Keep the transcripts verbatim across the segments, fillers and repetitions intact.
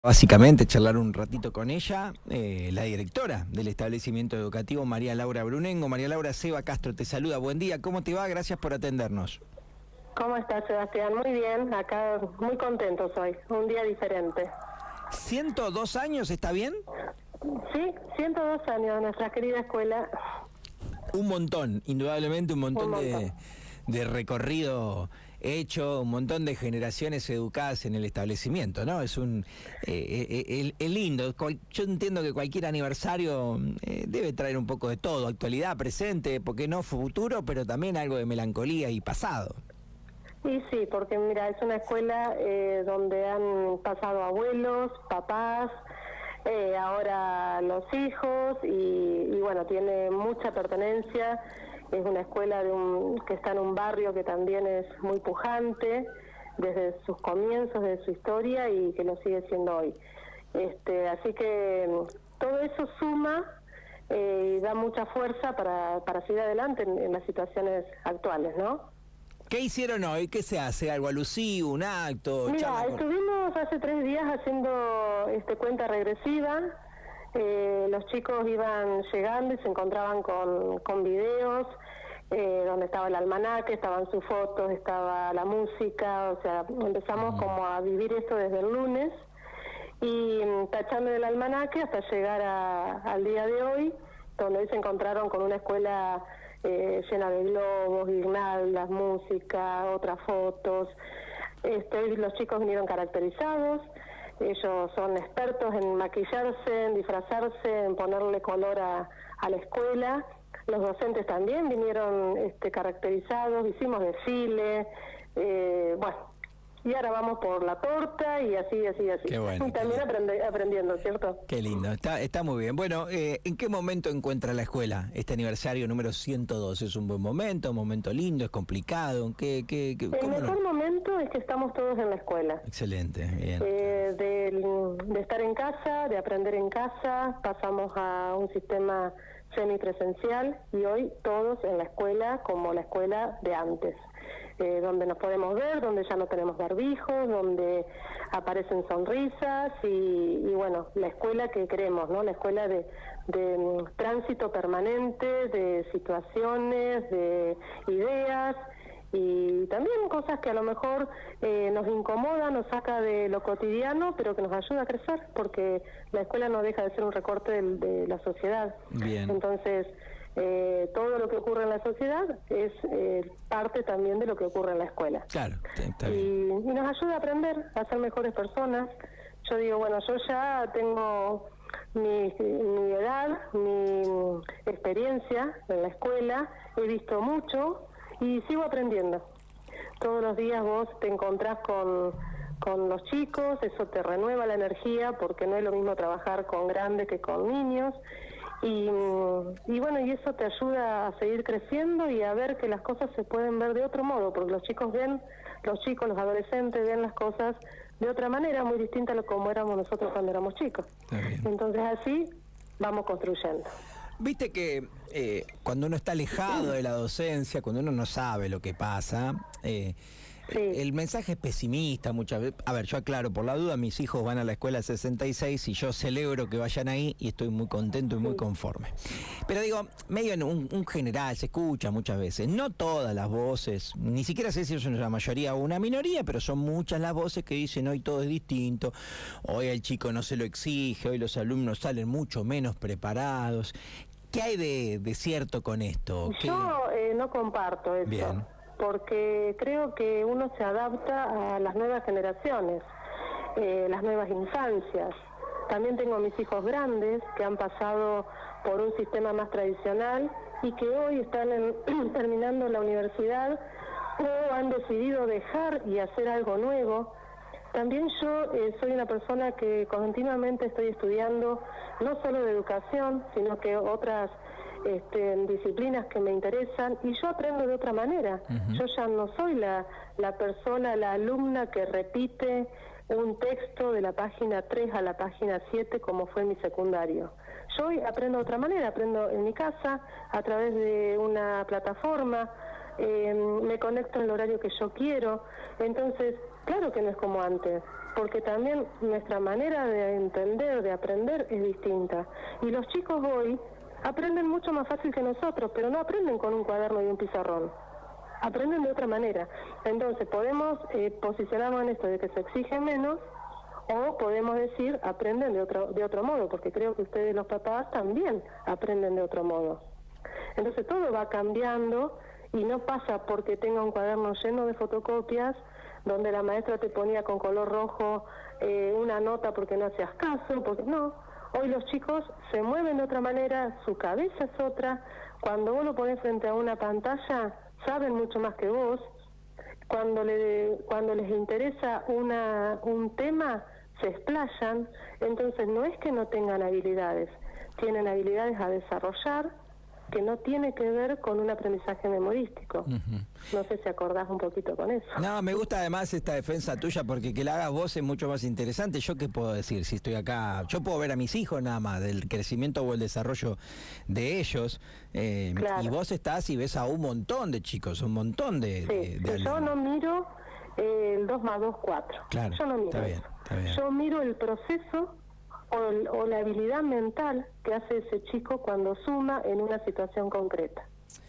Básicamente charlar un ratito con ella, eh, la directora del establecimiento educativo, María Laura Brunengo. María Laura, Seba Castro te saluda, buen día, ¿cómo te va? Gracias por atendernos. ¿Cómo estás, Sebastián? Muy bien, acá muy contento soy, un día diferente. ¿ciento dos años, está bien? Sí, ciento dos años, nuestra querida escuela. Un montón, indudablemente un montón, Un montón. de, de recorrido hecho, un montón de generaciones educadas en el establecimiento, ¿no? Es un eh, eh, eh, lindo. Cual, yo entiendo que cualquier aniversario eh, debe traer un poco de todo, actualidad, presente, porque no futuro, pero también algo de melancolía y pasado. Y sí, porque mira, es una escuela eh, donde han pasado abuelos, papás, eh, ahora los hijos y, y bueno, tiene mucha pertenencia. Es una escuela de un, que está en un barrio que también es muy pujante desde sus comienzos, de su historia y que lo sigue siendo hoy. Este, así que todo eso suma eh, y da mucha fuerza para, para seguir adelante en, en las situaciones actuales, ¿no? ¿Qué hicieron hoy? ¿Qué se hace? ¿Algo alusivo? ¿Un acto? Mira, estuvimos hace tres días haciendo este, cuenta regresiva. Eh, los chicos iban llegando y se encontraban con, con videos eh, donde estaba el almanaque, estaban sus fotos, estaba la música, o sea, empezamos como a vivir esto desde el lunes y tachando el almanaque hasta llegar a, al día de hoy, donde hoy se encontraron con una escuela eh, llena de globos, guirnaldas, música, otras fotos. Este, los chicos vinieron caracterizados. Ellos son expertos en maquillarse, en disfrazarse, en ponerle color a, a la escuela. Los docentes también vinieron este, caracterizados, hicimos desfile, eh, bueno, y ahora vamos por la torta y así, así, así. Qué bueno, y también aprende, aprendiendo, ¿cierto? Qué lindo, está, está muy bien. Bueno, eh, ¿en qué momento encuentra la escuela este aniversario número ciento dos? ¿Es un buen momento, un momento lindo, es complicado? ¿Qué, qué, qué, El mejor lo... momento es que estamos todos en la escuela. Excelente, bien. Eh, de, de estar en casa, de aprender en casa, pasamos a un sistema semipresencial y hoy todos en la escuela como la escuela de antes. Eh, donde nos podemos ver, donde ya no tenemos barbijos, donde aparecen sonrisas y, y bueno, la escuela que queremos, ¿no? La escuela de, de um, tránsito permanente, de situaciones, de ideas y también cosas que a lo mejor eh, nos incomodan, nos saca de lo cotidiano, pero que nos ayuda a crecer, porque la escuela no deja de ser un recorte de, de la sociedad. Bien. Entonces, Eh, todo lo que ocurre en la sociedad es eh, parte también de lo que ocurre en la escuela. Claro, está y, bien. y nos ayuda a aprender, a ser mejores personas. Yo digo, bueno, yo ya tengo mi, mi edad, mi experiencia en la escuela, he visto mucho y sigo aprendiendo. Todos los días vos te encontrás con, con los chicos, eso te renueva la energía porque no es lo mismo trabajar con grandes que con niños. Y, y bueno, y eso te ayuda a seguir creciendo y a ver que las cosas se pueden ver de otro modo, porque los chicos ven, los chicos, los adolescentes ven las cosas de otra manera, muy distinta a lo como éramos nosotros cuando éramos chicos. Entonces así vamos construyendo. Viste que eh, cuando uno está alejado de la docencia, cuando uno no sabe lo que pasa, eh, sí. el mensaje es pesimista muchas veces. A ver, yo aclaro, por la duda, mis hijos van a la escuela sesenta y seis y yo celebro que vayan ahí y estoy muy contento y muy conforme. Pero digo, medio en un, un general, se escucha muchas veces, no todas las voces, ni siquiera sé si son la mayoría o una minoría, pero son muchas las voces que dicen hoy todo es distinto, hoy el chico no se lo exige, hoy los alumnos salen mucho menos preparados. ¿Qué hay de, de cierto con esto? Yo eh, no comparto eso. Bien. Porque creo que uno se adapta a las nuevas generaciones, eh, las nuevas infancias. También tengo mis hijos grandes que han pasado por un sistema más tradicional y que hoy están en, terminando la universidad o han decidido dejar y hacer algo nuevo. También yo eh, soy una persona que continuamente estoy estudiando no solo de educación, sino que otras Este, disciplinas que me interesan y yo aprendo de otra manera. Uh-huh. Yo ya no soy la, la persona, la alumna que repite un texto de la página tres a la página siete como fue mi secundario. Yo hoy aprendo de otra manera, aprendo en mi casa, a través de una plataforma, eh, me conecto en el horario que yo quiero. Entonces, claro que no es como antes. porque también nuestra manera de entender, de aprender es distinta. Y los chicos hoy aprenden mucho más fácil que nosotros, pero no aprenden con un cuaderno y un pizarrón. Aprenden de otra manera. Entonces podemos eh, posicionarnos en esto de que se exige menos, o podemos decir aprenden de otro, de otro modo, porque creo que ustedes los papás también aprenden de otro modo. Entonces todo va cambiando y no pasa porque tenga un cuaderno lleno de fotocopias donde la maestra te ponía con color rojo eh, una nota porque no hacías caso, porque no. Hoy los chicos se mueven de otra manera, su cabeza es otra. Cuando vos lo pones frente a una pantalla, saben mucho más que vos. Cuando, le, cuando les interesa una, un tema, se explayan. Entonces no es que no tengan habilidades, tienen habilidades a desarrollar que no tiene que ver con un aprendizaje memorístico. Uh-huh. No sé si acordás un poquito con eso. No, me gusta además esta defensa tuya, porque que la hagas vos es mucho más interesante. ¿Yo qué puedo decir si estoy acá? Yo puedo ver a mis hijos nada más, del crecimiento o el desarrollo de ellos. Eh, claro. Y vos estás y ves a un montón de chicos, un montón de... Sí, de, de sí, yo no miro eh, el dos más dos, cuatro. Claro, yo no miro está bien, eso. Está bien. Yo miro el proceso O, el, o la habilidad mental que hace ese chico cuando suma en una situación concreta.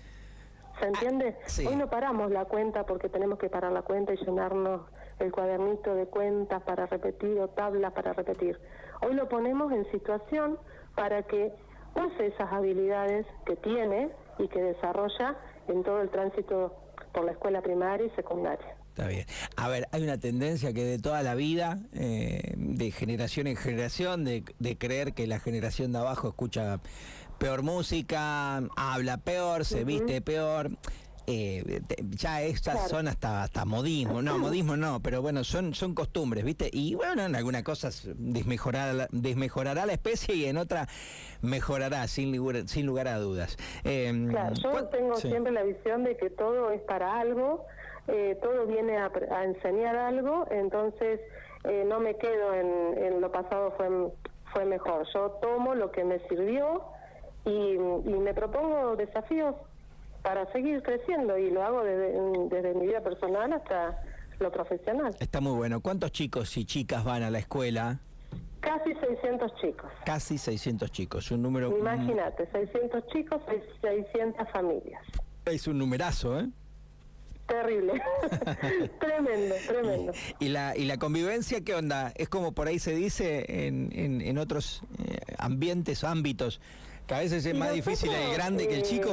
¿Se entiende? Ah, sí. Hoy no paramos la cuenta porque tenemos que parar la cuenta y llenarnos el cuadernito de cuentas para repetir o tablas para repetir. Hoy lo ponemos en situación para que use esas habilidades que tiene y que desarrolla en todo el tránsito por la escuela primaria y secundaria. Está bien. A ver, hay una tendencia que de toda la vida, eh, de generación en generación, de, de creer que la generación de abajo escucha peor música, habla peor, se uh-huh. viste peor. Eh, ya estas claro. son hasta hasta modismo, no, modismo no, pero bueno, son son costumbres, ¿viste? Y bueno, en algunas cosas desmejorará, desmejorará la especie y en otra mejorará, sin lugar, sin lugar a dudas. Eh, claro, yo tengo sí. siempre la visión de que todo es para algo. Eh, todo viene a, a enseñar algo, entonces eh, no me quedo en, en lo pasado fue fue mejor. Yo tomo lo que me sirvió y, y me propongo desafíos para seguir creciendo y lo hago desde, desde mi vida personal hasta lo profesional. Está muy bueno. ¿Cuántos chicos y chicas van a la escuela? Casi seiscientos chicos. Casi seiscientos chicos, un número... Imagínate, seiscientos chicos, seiscientas familias. Es un numerazo, ¿eh? Terrible. Tremendo, tremendo. ¿Y la y la convivencia qué onda? Es como por ahí se dice en, en, en otros eh, ambientes, ámbitos, que a veces es y más nosotros, difícil el grande eh, que el chico.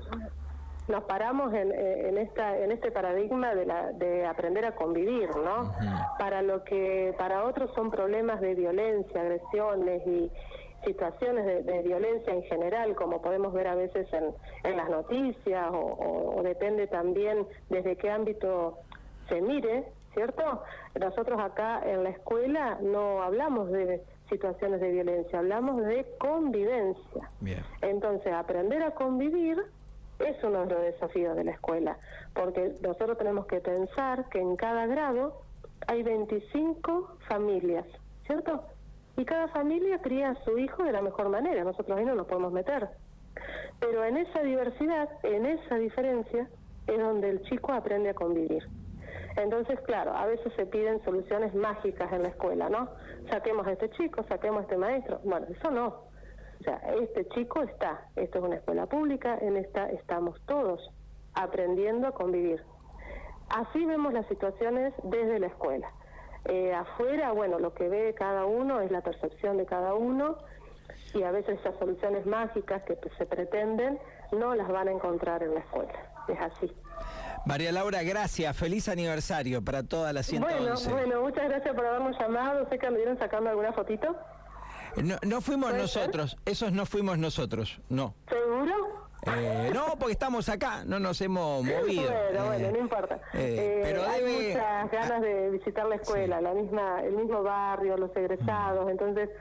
Nos paramos en, en esta en este paradigma de la de aprender a convivir, ¿no? Uh-huh. Para lo que para otros son problemas de violencia, agresiones y situaciones de, de violencia en general, como podemos ver a veces en, en las noticias, o, o, o depende también desde qué ámbito se mire, ¿cierto? Nosotros acá en la escuela no hablamos de situaciones de violencia, hablamos de convivencia. Bien. Entonces, aprender a convivir es uno de los desafíos de la escuela, porque nosotros tenemos que pensar que en cada grado hay veinticinco familias, ¿cierto? Y cada familia cría a su hijo de la mejor manera, nosotros ahí no nos podemos meter. Pero en esa diversidad, en esa diferencia, es donde el chico aprende a convivir. Entonces, claro, a veces se piden soluciones mágicas en la escuela, ¿no? Saquemos a este chico, saquemos a este maestro. Bueno, eso no. O sea, este chico está, esto es una escuela pública, en esta estamos todos aprendiendo a convivir. Así vemos las situaciones desde la escuela. Eh, afuera, bueno, lo que ve cada uno es la percepción de cada uno y a veces esas soluciones mágicas que se pretenden no las van a encontrar en la escuela. Es así. María Laura, gracias. Feliz aniversario para todas las ciento once. Bueno, bueno, muchas gracias por habernos llamado. Sé que anduvieron sacando alguna fotito. No, no fuimos nosotros, ser? Esos no fuimos nosotros, no. ¿Seguro? Eh, no, porque estamos acá, no nos hemos movido. Bueno, eh, bueno, no importa. Eh, eh, pero hay debe... muchas ganas de visitar la escuela, sí. la misma, el mismo barrio, los egresados, mm. entonces